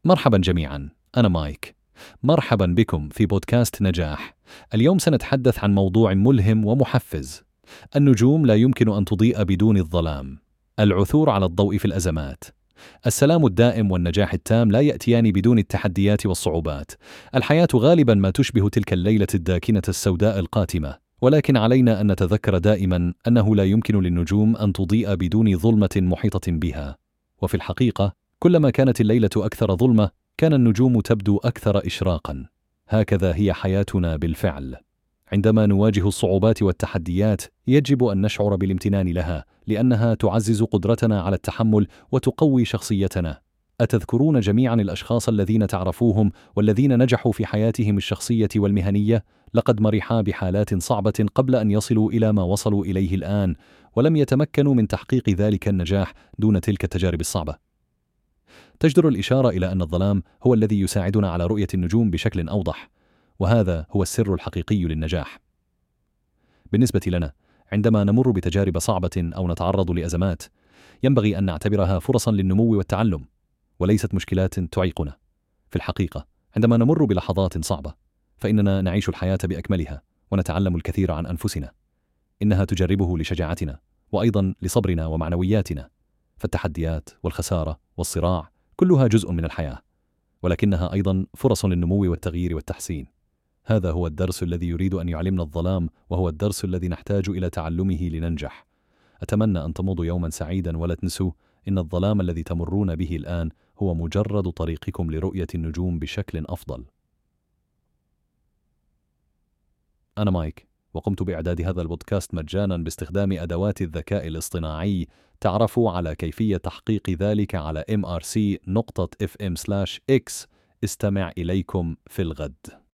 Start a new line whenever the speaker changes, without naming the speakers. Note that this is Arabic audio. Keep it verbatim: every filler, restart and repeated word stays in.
مرحبا جميعا، أنا مايك. مرحبا بكم في بودكاست نجاح. اليوم سنتحدث عن موضوع ملهم ومحفز. النجوم لا يمكن أن تضيء بدون الظلام. العثور على الضوء في الأزمات. السلام الدائم والنجاح التام لا يأتيان بدون التحديات والصعوبات. الحياة غالبا ما تشبه تلك الليلة الداكنة السوداء القاتمة، ولكن علينا أن نتذكر دائما أنه لا يمكن للنجوم أن تضيء بدون ظلمة محيطة بها. وفي الحقيقة كلما كانت الليلة أكثر ظلمة كان النجوم تبدو أكثر إشراقا. هكذا هي حياتنا بالفعل. عندما نواجه الصعوبات والتحديات يجب أن نشعر بالامتنان لها، لأنها تعزز قدرتنا على التحمل وتقوي شخصيتنا. أتذكرون جميعا الأشخاص الذين تعرفوهم والذين نجحوا في حياتهم الشخصية والمهنية؟ لقد مرحا بحالات صعبة قبل أن يصلوا إلى ما وصلوا إليه الآن، ولم يتمكنوا من تحقيق ذلك النجاح دون تلك التجارب الصعبة. تجدر الإشارة إلى أن الظلام هو الذي يساعدنا على رؤية النجوم بشكل أوضح، وهذا هو السر الحقيقي للنجاح. بالنسبة لنا، عندما نمر بتجارب صعبة أو نتعرض لأزمات، ينبغي أن نعتبرها فرصا للنمو والتعلم، وليست مشكلات تعيقنا. في الحقيقة، عندما نمر بلحظات صعبة، فإننا نعيش الحياة بأكملها ونتعلم الكثير عن أنفسنا. إنها تجربه لشجاعتنا، وأيضا لصبرنا ومعنوياتنا. فالتحديات والخسارة والصراع كلها جزء من الحياة، ولكنها أيضا فرص للنمو والتغيير والتحسين. هذا هو الدرس الذي يريد أن يعلمنا الظلام، وهو الدرس الذي نحتاج إلى تعلمه لننجح. أتمنى أن تمضوا يوما سعيدا، ولا تنسوا إن الظلام الذي تمرون به الآن هو مجرد طريقكم لرؤية النجوم بشكل أفضل. أنا مايك، وقمت بإعداد هذا البودكاست مجانا باستخدام أدوات الذكاء الاصطناعي. تعرفوا على كيفية تحقيق ذلك على إم آر سي دوت إف إم سلاش إكس. استمع إليكم في الغد.